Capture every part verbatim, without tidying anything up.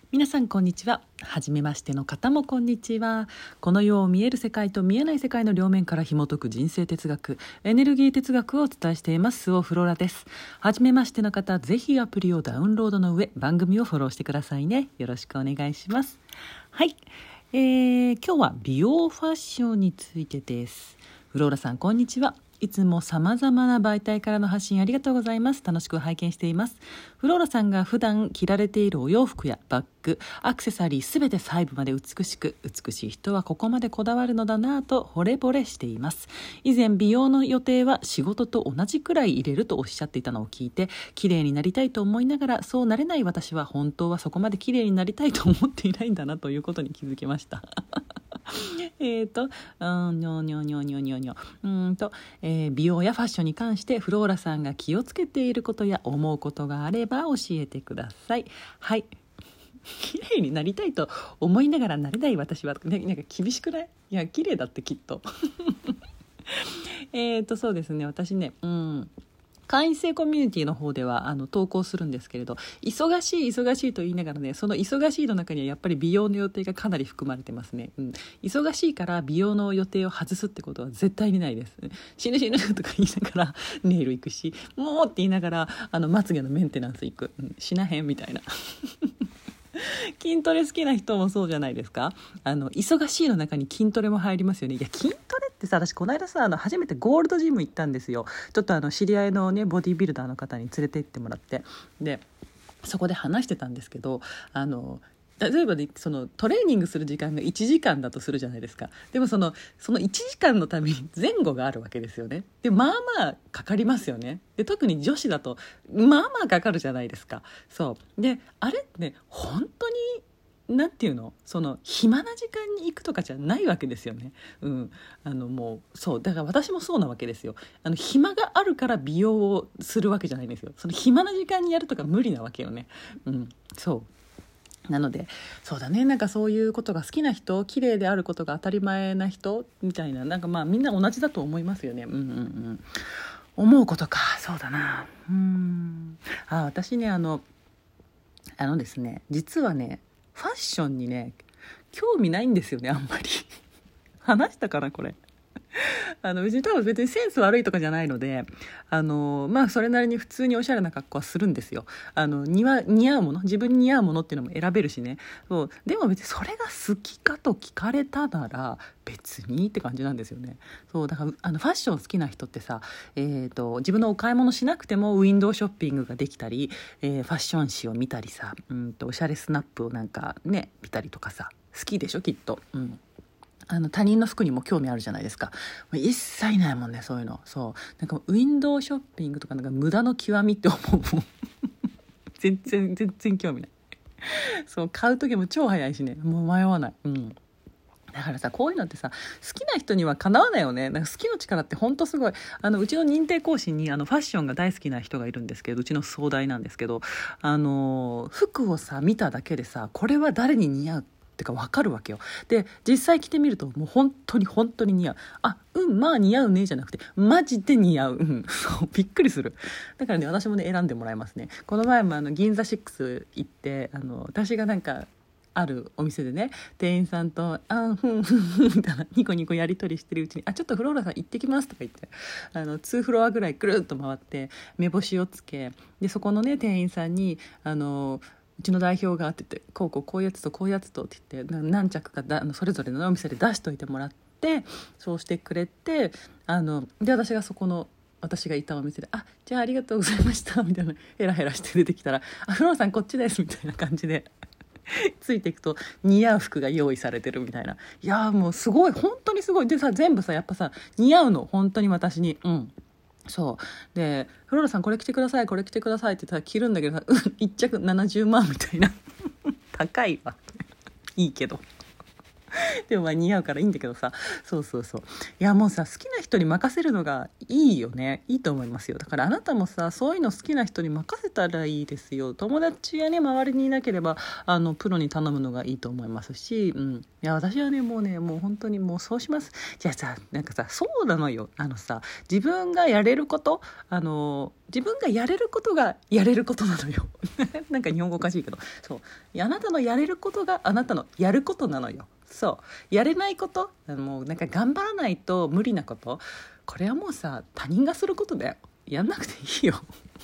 皆さんこんにちは。はじめましての方もこんにちは。この世を見える世界と見えない世界の両面から紐解く人生哲学、エネルギー哲学をお伝えしていますスオフローラです。はじめましての方、ぜひアプリをダウンロードの上、番組をフォローしてくださいね。よろしくお願いします。はい、えー、今日は美容ファッションについてです。フローラさんこんにちは。いつも様々な媒体からの発信ありがとうございます。楽しく拝見しています。フローラさんが普段着られているお洋服やバッグ、アクセサリーすべて細部まで美しく、美しい人はここまでこだわるのだなぁと惚れ惚れしています。以前美容の予定は仕事と同じくらい入れるとおっしゃっていたのを聞いて、綺麗になりたいと思いながら、そうなれない私は本当はそこまで綺麗になりたいと思っていないんだなということに気づきました。えーと、うん、にょにょにょにょにょにょうんと、えー、美容やファッションに関してフローラさんが気をつけていることや思うことがあれば教えてください。はい。綺麗になりたいと思いながらなれない私は、ね、なんか厳しくない？いや、綺麗だってきっと。えーと、そうですね、私ね、うん。会員制コミュニティの方ではあの投稿するんですけれど、忙しい忙しいと言いながらね、その忙しいの中にはやっぱり美容の予定がかなり含まれてますね、うん、忙しいから美容の予定を外すってことは絶対にないです。死ぬ死ぬとか言いながらネイル行くし、もうって言いながらあのまつげのメンテナンス行く、うん、しなへんみたいな。筋トレ好きな人もそうじゃないですか。あの忙しいの中に筋トレも入りますよね。いや、筋トレってさ、私この間さ、あの初めてゴールドジム行ったんですよ。ちょっとあの知り合いのねボディビルダーの方に連れて行ってもらって、でそこで話してたんですけど、あの例えば、ね、そのトレーニングする時間がいちじかんだとするじゃないですか。でもそのそのいちじかんのために前後があるわけですよね。でまあまあかかりますよね。で特に女子だとまあまあかかるじゃないですか。そうで、あれってね、本当になんていうの、その暇な時間に行くとかじゃないわけですよね。うん、あのもうそうだから私もそうなわけですよ。あの暇があるから美容をするわけじゃないんですよ。その暇な時間にやるとか無理なわけよね。うん、そうなので、そうだね、なんかそういうことが好きな人、綺麗であることが当たり前な人みたいな、なんかまあみんな同じだと思いますよね。うんうんうん。思うことか、そうだな。うーん。あ、私ね、あのあのですね、実はね、ファッションにね、興味ないんですよね、あんまり。話したかなこれ。あの別に多分別にセンス悪いとかじゃないので、あのまあそれなりに普通におしゃれな格好はするんですよ。あの似は似合うもの、自分に似合うものっていうのも選べるしね。そうでも別にそれが好きかと聞かれたなら別にって感じなんですよね。そうだからあのファッション好きな人ってさ、えーと、自分のお買い物しなくてもウィンドウショッピングができたり、えー、ファッション誌を見たりさ、うんとおしゃれスナップをなんかね見たりとかさ、好きでしょきっと。うん、あの他人の服にも興味あるじゃないですか。一切ないもんね、そういうの。そうなんかウィンドウショッピングとかなんか無駄の極みって思うもん。全然全然興味ない。そう買う時も超早いしね、もう迷わない。うん、だからさ、こういうのってさ、好きな人にはかなわないよね。なんか好きの力って本当すごい。あのうちの認定講師にあのファッションが大好きな人がいるんですけど、うちの総代なんですけど、あの服をさ見ただけでさ、これは誰に似合うってか分かるわけよ。で実際着てみるともう本当に本当に似合う。あ、うんまあ似合うねじゃなくてマジで似合う、うん、そうびっくりする。だからね、私もね選んでもらいますね。この前もあの銀座シックス行って、あの私がなんかあるお店でね、店員さんと「あんふんふんふん」みたいなニコニコやり取りしてるうちに「あ、ちょっとフローラさん行ってきます」とか言って、あのにフロアぐらいくるっと回って目星をつけ、でそこのね店員さんにあのうちの代表がって言って、こうこうこういうやつとこういうやつとって言って何着かだそれぞれのお店で出しといてもらって、そうしてくれて、あので私がそこの私がいたお店で「あ、じゃあありがとうございました」みたいなヘラヘラして出てきたら「あ、フローラさんこっちです」みたいな感じでついていくと似合う服が用意されてるみたいな。いやーもうすごい、本当にすごい。でさ、全部さやっぱさ似合うの、本当に私に。うん、そうで「フローラさんこれ着てくださいこれ着てください」って言ったら着るんだけどさ、うん、いっ着ななじゅうまんみたいな。高いわ。いいけどでもまあ似合うからいいんだけどさ、そうそうそう、いやもうさ、好きな人に任せるのがいいよね。いいと思いますよ。だからあなたもさ、そういうの好きな人に任せたらいいですよ。友達やね、周りにいなければあのプロに頼むのがいいと思いますし、うん、いや私はね、もうね、もう本当にもうそうします。じゃあさ、なんかさ、そうなのよ、あのさ、自分がやれること、あの自分がやれることがやれることなのよなんか日本語おかしいけど、そうあなたのやれることがあなたのやることなのよ。そうやれないこと、もうなんか頑張らないと無理なこと、これはもうさ、他人がすることだよ。やんなくていいよ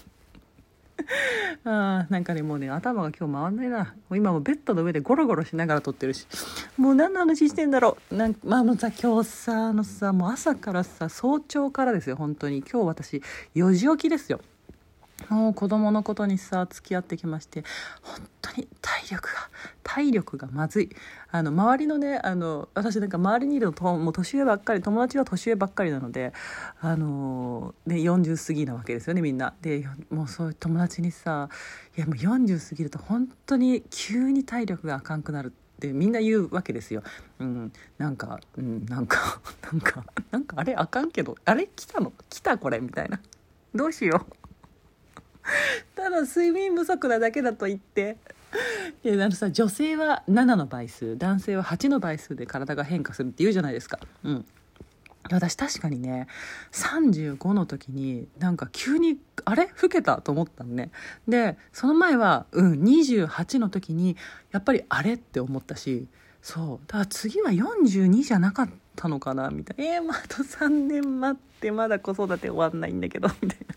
あーなんかね、もうね、頭が今日回んないな。もう今もベッドの上でゴロゴロしながら撮ってるし、もう何の話してんだろう。なんかまあ、あのさ、今日さ、あのさ、もう朝からさ、早朝からですよ、本当に。今日私よじ起きですよ。もう子供のことにさ付き合ってきまして、本当に体力が体力がまずい。あの周りのね、あの私なんか周りにいるのともう年上ばっかり、友達は年上ばっかりなので、あのね、よんじゅう過ぎなわけですよね、みんなで。もうそういう友達にさ、いやもうよんじゅう過ぎると本当に急に体力があかんくなるってみんな言うわけですよ。うん、なんか、うん、なんかなんかなんかあれあかんけど、あれ来たの来たこれみたいな、どうしようただ睡眠不足なだけだと言って、いやあのさ、女性はななの倍数、男性ははちの倍数で体が変化するって言うじゃないですか。うん、私確かにね、さんじゅうごの時になんか急にあれ老けたと思ったのね。でその前は、うん、にじゅうはちの時にやっぱりあれって思ったし、そうだから次はよんじゅうにじゃなかったのかなみたいな。えー、まあ、あとさんねん待ってまだ子育て終わんないんだけどみたいな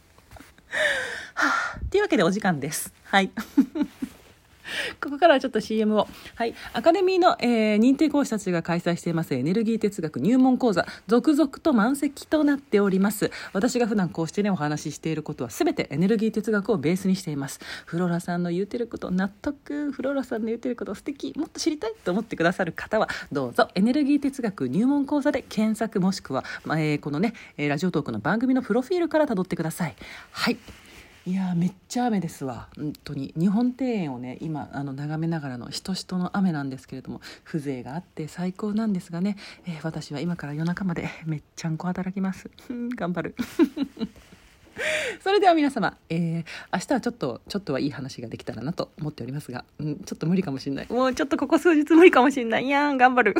はあ、というわけでお時間です。はいここからはちょっと シーエム を、はい、アカデミーの、えー、認定講師たちが開催していますエネルギー哲学入門講座、続々と満席となっております。私が普段こうしてねお話ししていることは全てエネルギー哲学をベースにしています。フローラさんの言ってること納得、フローラさんの言ってること素敵、もっと知りたいと思ってくださる方はどうぞエネルギー哲学入門講座で検索、もしくは、まあえー、このねラジオトークの番組のプロフィールから辿ってください。はい、いやめっちゃ雨ですわ。本当に日本庭園をね今あの眺めながらのしとしとの雨なんですけれども、風情があって最高なんですがね、えー、私は今から夜中までめっちゃんこ働きます頑張るそれでは皆様、えー、明日はちょっとちょっとはいい話ができたらなと思っておりますが、うん、ちょっと無理かもしれない。もうちょっとここ数日無理かもしれない。いやー頑張る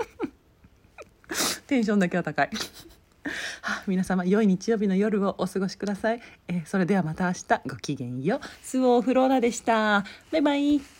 テンションだけは高いはあ、皆様良い日曜日の夜をお過ごしください。えー、それではまた明日、ごきげんよう。スオーフローラでした。バイバイ。